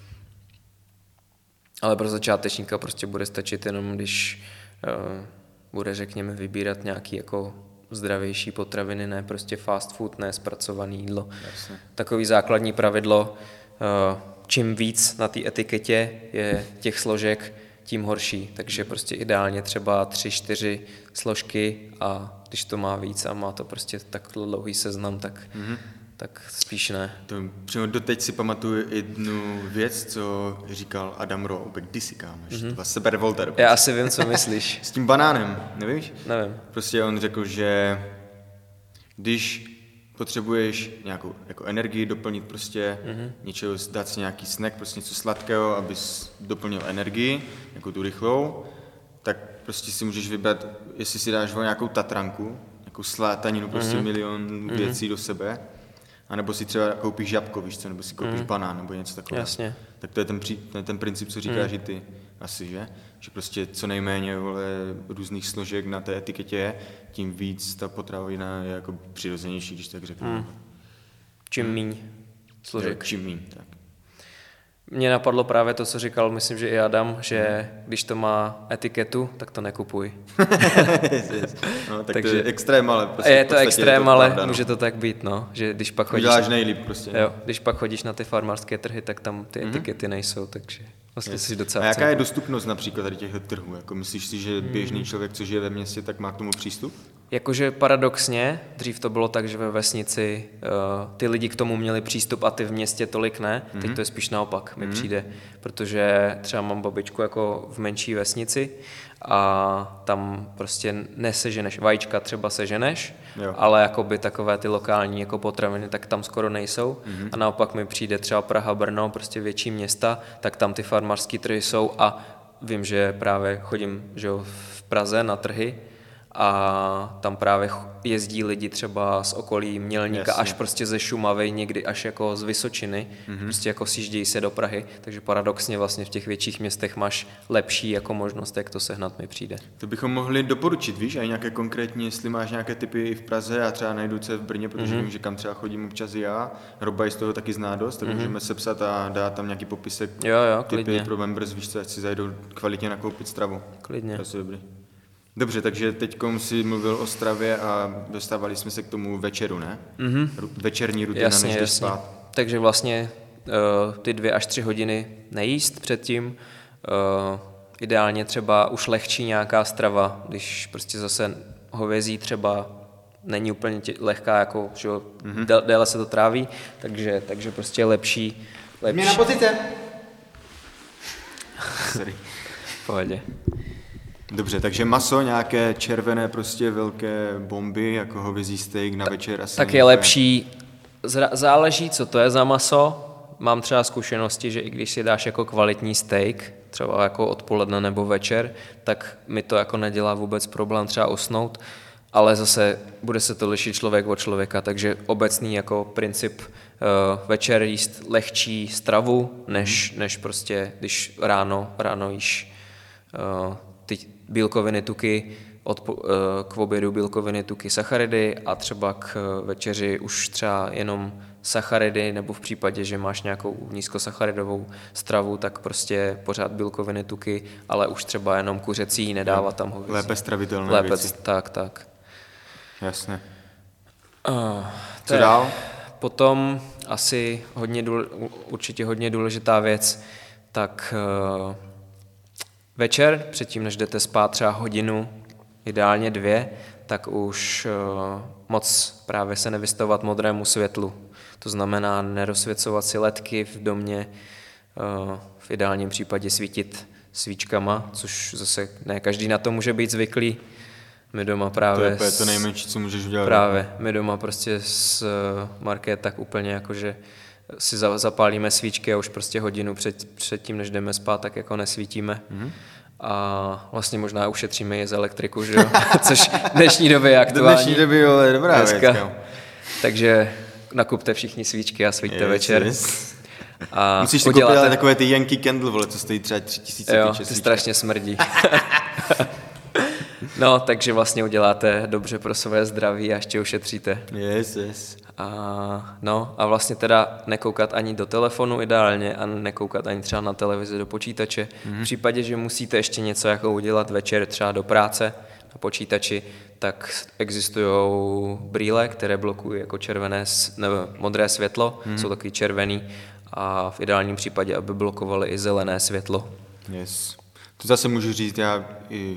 Ale pro začátečníka prostě bude stačit jenom, když bude, řekněme, vybírat nějaký jako zdravější potraviny, ne prostě fast food, ne zpracované jídlo. Jasně. Takový základní pravidlo, čím víc na té etiketě je těch složek, tím horší. Takže prostě ideálně třeba 3-4 složky a když to má víc a má to prostě takhle dlouhý seznam, tak spíš ne. To přímo doteď si pamatuju jednu věc, co říkal Adam Rowe, kdysi kámoš, to vás seberevolta. Já asi vím, co myslíš. S tím banánem, nevíš? Nevím. Prostě on řekl, že když potřebuješ nějakou jako energii doplnit prostě něčeho, dát si nějaký snack, prostě něco sladkého, abys doplnil energii, jako tu rychlou, tak prostě si můžeš vybrat, jestli si dáš nějakou tatranku, nějakou slátaninu, prostě milion věcí do sebe, anebo si třeba koupíš žabko, víš co, nebo si koupíš banán, nebo něco takového. Jasně. Tak to je ten princip, co říkáš i ty asi, že? Že prostě co nejméně různých složek na té etiketě je, tím víc ta potravina je jako přirozenější, když tak řeknu. Čím míň složek. Čím míň, tak. Mně napadlo právě to, co říkal, myslím, že i Adam, že když to má etiketu, tak to nekupuj. No, tak takže, to je extrém, ale prostě je to extrém, ale pravda, může to tak být, no, že když pak chodíš... Děláš nejlíp prostě. Jo, když pak chodíš na ty farmářské trhy, tak tam ty etikety nejsou, takže vlastně si docela... A jaká je dostupnost například tady těchto trhů? Jako myslíš si, že běžný člověk, co žije ve městě, tak má k tomu přístup? Jakože paradoxně, dřív to bylo tak, že ve vesnici ty lidi k tomu měli přístup a ty v městě tolik ne, teď to je spíš naopak, mi přijde, protože třeba mám babičku jako v menší vesnici a tam prostě neseženeš vajíčka, třeba seženeš, ale jakoby takové ty lokální jako potraviny, tak tam skoro nejsou a naopak mi přijde třeba Praha, Brno, prostě větší města, tak tam ty farmářské trhy jsou a vím, že právě chodím, že jo, v Praze na trhy a tam právě jezdí lidi třeba z okolí Mělníka, až prostě ze Šumavy, někdy až jako z Vysočiny, prostě jako sjíždějí se do Prahy, takže paradoxně vlastně v těch větších městech máš lepší jako možnost, jak to sehnat, mi přijde. To bychom mohli doporučit, víš, a nějaké konkrétní, jestli máš nějaké typy i v Praze, já třeba najdu v Brně, protože vím, že kam třeba chodím občas i já, Robaj z toho taky zná dost, tak můžeme sepsat a dát tam nějaký popisek, typy pro members, víš co, ať si zajdou kvalitně nakoupit stravu. Klidně. To je dobrý. Dobře, takže teďkom si mluvil o stravě a dostávali jsme se k tomu večeru, ne? Večerní rutina, než jdeš spát. Takže vlastně ty 2 až 3 hodiny nejíst předtím, ideálně třeba už lehčí nějaká strava, když prostě zase hovězí třeba není úplně lehká, jako, že déle se to tráví, takže prostě lepší. Mě na pozice! Sorry. V pohodě. Dobře, takže maso, nějaké červené prostě velké bomby, jako hovězí steak na večer asi. Tak je lepší, záleží, co to je za maso. Mám třeba zkušenosti, že i když si dáš jako kvalitní steak, třeba jako odpoledne nebo večer, tak mi to jako nedělá vůbec problém třeba usnout, ale zase bude se to lišit člověk od člověka, takže obecný jako princip večer jíst lehčí stravu, než prostě, když ráno jíš ty bílkoviny, tuky, k obědu bílkoviny, tuky, sacharidy a třeba k večeři už třeba jenom sacharidy, nebo v případě, že máš nějakou nízkosacharidovou stravu, tak prostě pořád bílkoviny, tuky, ale už třeba jenom kuřecí, nedávat tam hovězí. Lépe stravitelné věci. Tak. Jasně. Co dál? Potom asi určitě hodně důležitá věc, tak večer, předtím než jdete spát třeba hodinu, ideálně 2, tak už moc právě se nevystavovat modrému světlu. To znamená nerozsvěcovat si ledky v domě, v ideálním případě svítit svíčkama, což zase ne každý na to může být zvyklý. My doma právě... To je to nejmenší, co můžeš udělat. Právě. My doma prostě s Marké tak úplně jako, že si zapálíme svíčky a už prostě hodinu před tím, než jdeme spát, tak jako nesvítíme. Mm-hmm. A vlastně možná ušetříme i z elektriku, že jo? Což v dnešní době je aktuální. Do dnešní doby je dobrá věc. Takže nakupte všichni svíčky a svíťte večer. Yes. A musíš si koupit takové ty Yankee Candle, vole, co stojí třeba 3000. Jo, ty strašně smrdí. No, takže vlastně uděláte dobře pro své zdraví a ještě ušetříte. Yes. A vlastně teda nekoukat ani do telefonu ideálně a nekoukat ani třeba na televizi do počítače. V případě, že musíte ještě něco jako udělat večer třeba do práce na počítači, tak existují brýle, které blokují jako nebo modré světlo, jsou takový červený a v ideálním případě, aby blokovaly i zelené světlo. Yes. To zase můžu říct, já i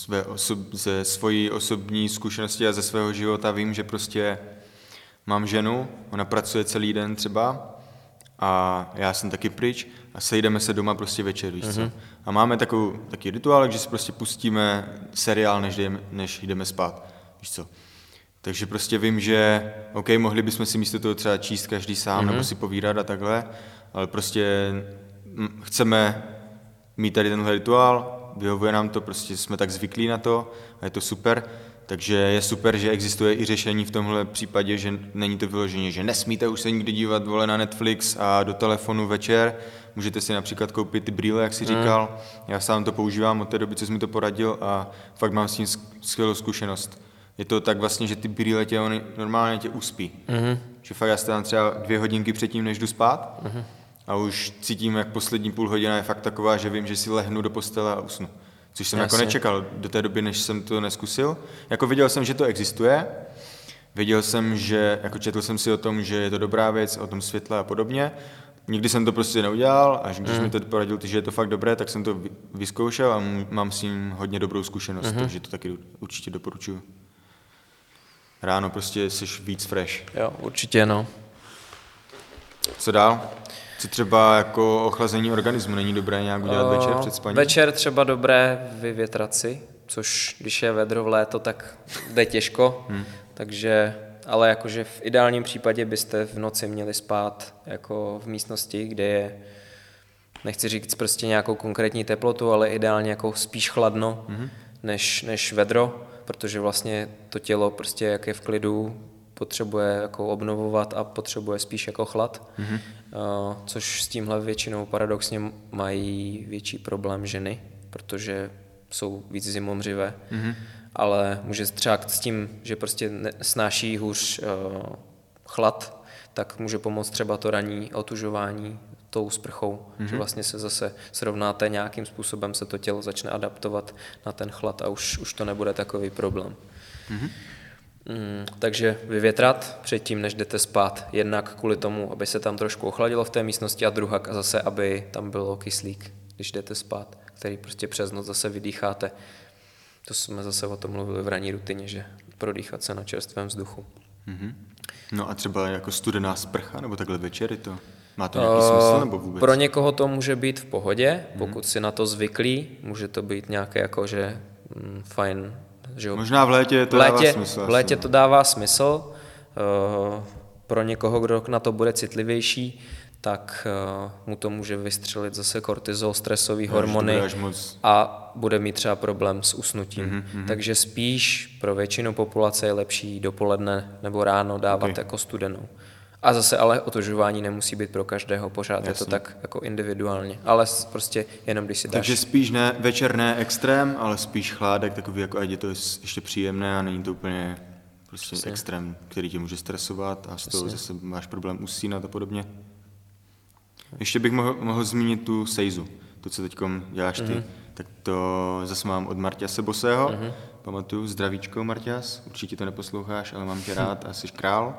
ze svojí osobní zkušenosti a ze svého života vím, že prostě mám ženu, ona pracuje celý den třeba a já jsem taky pryč a sejdeme se doma prostě večer, víš co. A máme taky rituál, že si prostě pustíme seriál, než jdeme spát, víš co. Takže prostě vím, že OK, mohli bychom si místo toho třeba číst každý sám nebo si povídat a takhle, ale prostě chceme mít tady tenhle rituál, vyhovuje nám to, prostě jsme tak zvyklí na to a je to super, takže je super, že existuje i řešení v tomhle případě, že není to vyloženě, že nesmíte už se nikdy dívat vole na Netflix a do telefonu večer, můžete si například koupit ty brýle, jak jsi říkal, já sám to používám od té doby, co jsi mi to poradil a fakt mám s tím skvělou zkušenost. Je to tak vlastně, že ty brýle normálně tě uspí, že fakt já stávám třeba 2 hodinky předtím, než jdu spát, a už cítím, jak poslední půl hodina je fakt taková, že vím, že si lehnu do postele a usnu. Což jsem jako nečekal do té doby, než jsem to neskusil. Jako viděl jsem, že to existuje. Věděl jsem, že, jako četl jsem si o tom, že je to dobrá věc, o tom světle a podobně. Nikdy jsem to prostě neudělal a když mi to poradil ty, že je to fakt dobré, tak jsem to vyzkoušel a mám s ním hodně dobrou zkušenost, takže to taky určitě doporučuji. Ráno prostě jsi víc fresh. Jo, určitě no. Co dál? Co třeba jako ochlazení organismu, není dobré nějak udělat večer před spaním? Večer třeba dobré vyvětrat si, což když je vedro v léto, tak jde těžko, takže, ale jakože v ideálním případě byste v noci měli spát jako v místnosti, kde je, nechci říct prostě nějakou konkrétní teplotu, ale ideálně jako spíš chladno, než vedro, protože vlastně to tělo prostě jak je v klidu, potřebuje jako obnovovat a potřebuje spíš jako chlad, což s tímhle většinou paradoxně mají větší problém ženy, protože jsou víc zimomřivé, ale může třeba s tím, že prostě snáší hůř chlad, tak může pomoct třeba to ranní otužování tou sprchou, že vlastně se zase srovnáte nějakým způsobem, se to tělo začne adaptovat na ten chlad a už to nebude takový problém. Takže vyvětrat předtím, než jdete spát, jednak kvůli tomu, aby se tam trošku ochladilo v té místnosti a druhá zase, aby tam bylo kyslík, když jdete spát, který prostě přes noc zase vydýcháte. To jsme zase o tom mluvili v ranní rutině, že prodýchat se na čerstvém vzduchu. No a třeba jako studená sprcha, nebo takhle večer, má to nějaký smysl, nebo vůbec? Pro někoho to může být v pohodě, pokud si na to zvyklí, může to být nějaké jako, že fajn. Že jo. Možná v létě to dává smysl. V létě to dává smysl. Pro někoho, kdo na to bude citlivější, tak mu to může vystřelit zase kortizol, stresové hormony a bude mít třeba problém s usnutím. Takže spíš pro většinu populace je lepší dopoledne nebo ráno dávat jako studenou. A zase ale otužování nemusí být pro každého, pořád je to tak jako individuálně, ale prostě jenom když si dáš. Takže spíš ne večerné extrém, ale spíš chládek, takový jako ať je to ještě příjemné a není to úplně prostě extrém, který tě může stresovat a z toho zase máš problém usínat a podobně. Ještě bych mohl zmínit tu sejzu, to, co teď děláš ty. Tak to zase mám od Marťase Bosého, pamatuju, zdravíčko Marťas, určitě to neposloucháš, ale mám tě rád a jsi král.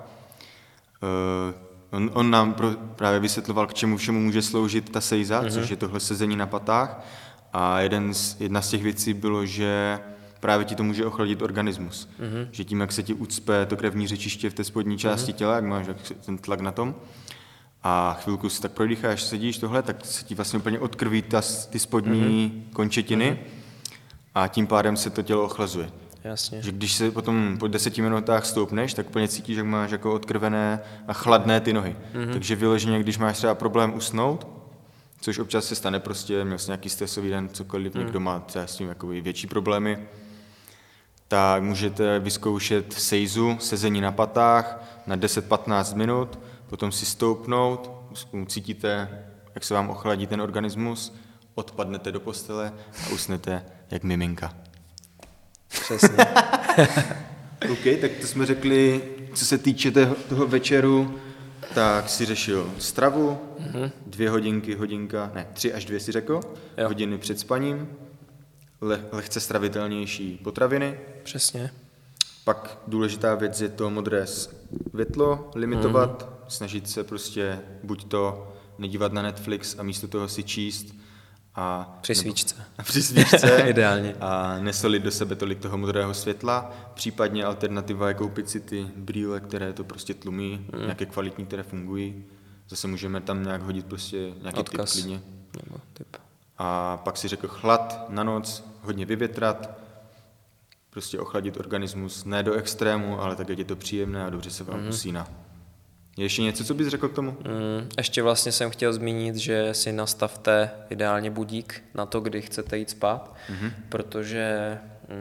On nám právě vysvětloval, k čemu všemu může sloužit ta sejza, což je tohle sezení na patách. A jedna z těch věcí bylo, že právě ti to může ochladit organismus. Že tím, jak se ti ucpe to krevní řečiště v té spodní části těla, jak máš ten tlak na tom, a chvilku si tak prodýcháš, sedíš tohle, tak se ti vlastně úplně odkrví ty spodní končetiny a tím pádem se to tělo ochlazuje. Jasně. Že když se potom po 10 minutách stoupneš, tak úplně cítíš, jak máš jako odkrvené a chladné ty nohy. Takže vyloženě, když máš třeba problém usnout, což občas se stane prostě, měl jsi nějaký stresový den, cokoliv, někdo má třeba s tím jakoby větší problémy, tak můžete vyzkoušet sejzu, sezení na patách na 10-15 minut, potom si stoupnout, cítíte, jak se vám ochladí ten organismus, odpadnete do postele a usnete jak miminka. Přesně. OK, tak to jsme řekli, co se týče toho večeru, tak si řešil stravu, 2 hodinky, hodinka, ne, 3 až 2 si řekl, hodiny před spaním, lehce stravitelnější potraviny. Přesně. Pak důležitá věc je to modré světlo limitovat, snažit se prostě buď to nedívat na Netflix a místo toho si číst a při svíčce. Ideálně. A nesolit do sebe tolik toho modrého světla, případně alternativa je koupit si ty brýle, které to prostě tlumí, nějaké kvalitní, které fungují. Zase můžeme tam nějak hodit prostě nějaký odkaz. tip klidně. Nebo tip. A pak si řekl chlad na noc, hodně vyvětrat, prostě ochladit organismus, ne do extrému, ale tak, ať je to příjemné a dobře se vám usíná. Je ještě něco, co bys řekl k tomu? Ještě vlastně jsem chtěl zmínit, že si nastavte ideálně budík na to, kdy chcete jít spát, protože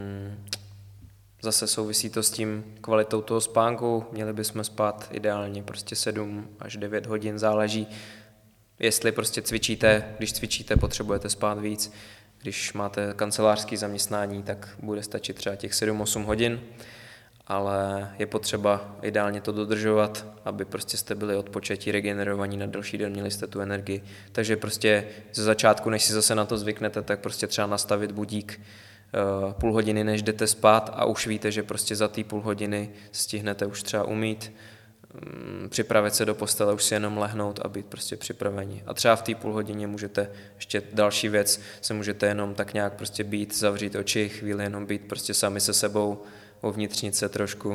zase souvisí to s tím kvalitou toho spánku. Měli bychom spát ideálně prostě 7 až 9 hodin, záleží, jestli prostě cvičíte, když cvičíte, potřebujete spát víc. Když máte kancelářské zaměstnání, tak bude stačit třeba těch 7-8 hodin, ale je potřeba ideálně to dodržovat, aby prostě jste byli odpočatí, regenerovaní na další den, měli jste tu energii. Takže prostě ze začátku, než si zase na to zvyknete, tak prostě třeba nastavit budík půl hodiny, než jdete spát a už víte, že prostě za té půl hodiny stihnete už třeba umýt, připravit se do postele, už si jenom lehnout a být prostě připraveni. A třeba v té půl hodině můžete, ještě další věc, se můžete jenom tak nějak prostě být, zavřít oči, chvíli jenom být prostě sami se sebou, ovnitřnit se trošku,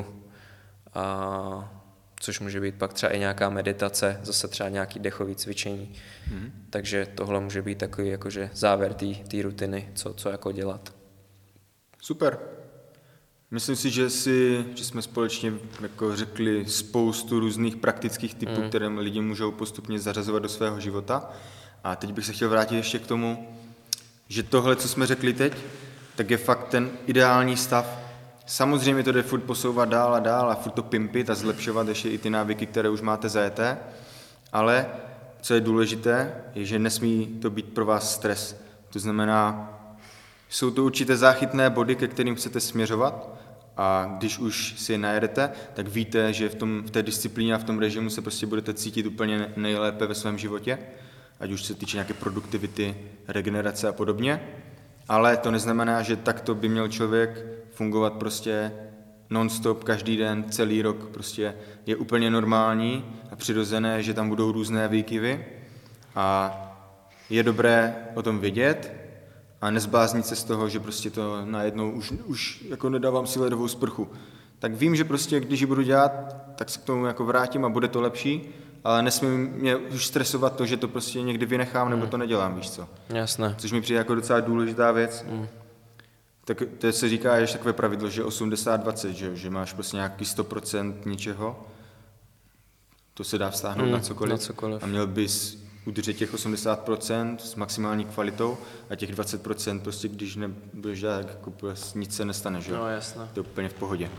a což může být pak třeba i nějaká meditace, zase třeba nějaký dechový cvičení. Takže tohle může být takový jakože závěr té rutiny, co jako dělat. Super. Myslím si, že jsme společně jako řekli spoustu různých praktických typů, které lidi můžou postupně zařazovat do svého života. A teď bych se chtěl vrátit ještě k tomu, že tohle, co jsme řekli teď, tak je fakt ten ideální stav. Samozřejmě to jde furt posouvat dál a dál a furt to pimpit a zlepšovat ještě i ty návyky, které už máte zajeté, ale co je důležité, je, že nesmí to být pro vás stres. To znamená, jsou to určité záchytné body, ke kterým chcete směřovat, a když už si je najedete, tak víte, že v té disciplíně a v tom režimu se prostě budete cítit úplně nejlépe ve svém životě, ať už se týče nějaké produktivity, regenerace a podobně. Ale to neznamená, že takto by měl člověk fungovat prostě non-stop, každý den, celý rok. Prostě je úplně normální a přirozené, že tam budou různé výkyvy a je dobré o tom vědět a nezbláznit se z toho, že prostě to najednou už jako nedávám si ledovou sprchu. Tak vím, že prostě když ji budu dělat, tak se k tomu jako vrátím a bude to lepší, ale nesmím mě už stresovat to, že to prostě někdy vynechám nebo to nedělám, víš co. Jasné. Což mi přijde jako docela důležitá věc. Tak to se říká ještě takové pravidlo, že 80-20, že máš prostě nějaký 100% něčeho, to se dá vztáhnout na cokoliv. A měl bys udržet těch 80% s maximální kvalitou a těch 20% prostě, když nebudeš dělat, tak jako prostě nic se nestane, že jo? No jasně. To je úplně v pohodě.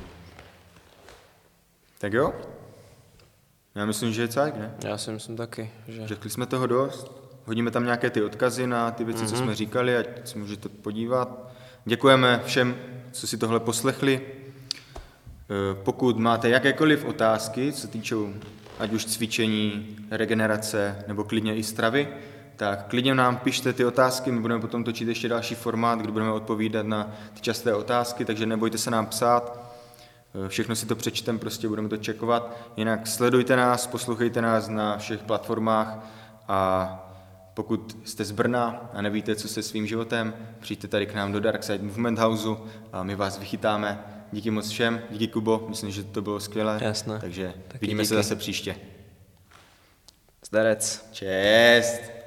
Tak jo? Já myslím, že je cajk, ne? Já si myslím taky, že... Řekli jsme toho dost, hodíme tam nějaké ty odkazy na ty věci, co jsme říkali, ať si můžete podívat. Děkujeme všem, co si tohle poslechli. Pokud máte jakékoliv otázky, co týčou ať už cvičení, regenerace nebo klidně i stravy, tak klidně nám pište ty otázky, my budeme potom točit ještě další formát, kdy budeme odpovídat na ty časté otázky, takže nebojte se nám psát, všechno si to přečtem, prostě budeme to čekovat. Jinak sledujte nás, poslouchejte nás na všech platformách a pokud jste z Brna a nevíte, co se svým životem, přijďte tady k nám do Dark Side Movement Houseu a my vás vychytáme. Díky moc všem, díky Kubo, myslím, že to bylo skvělé. Jasné. Takže taky vidíme díky. se zase příště. Zdarec. Čest!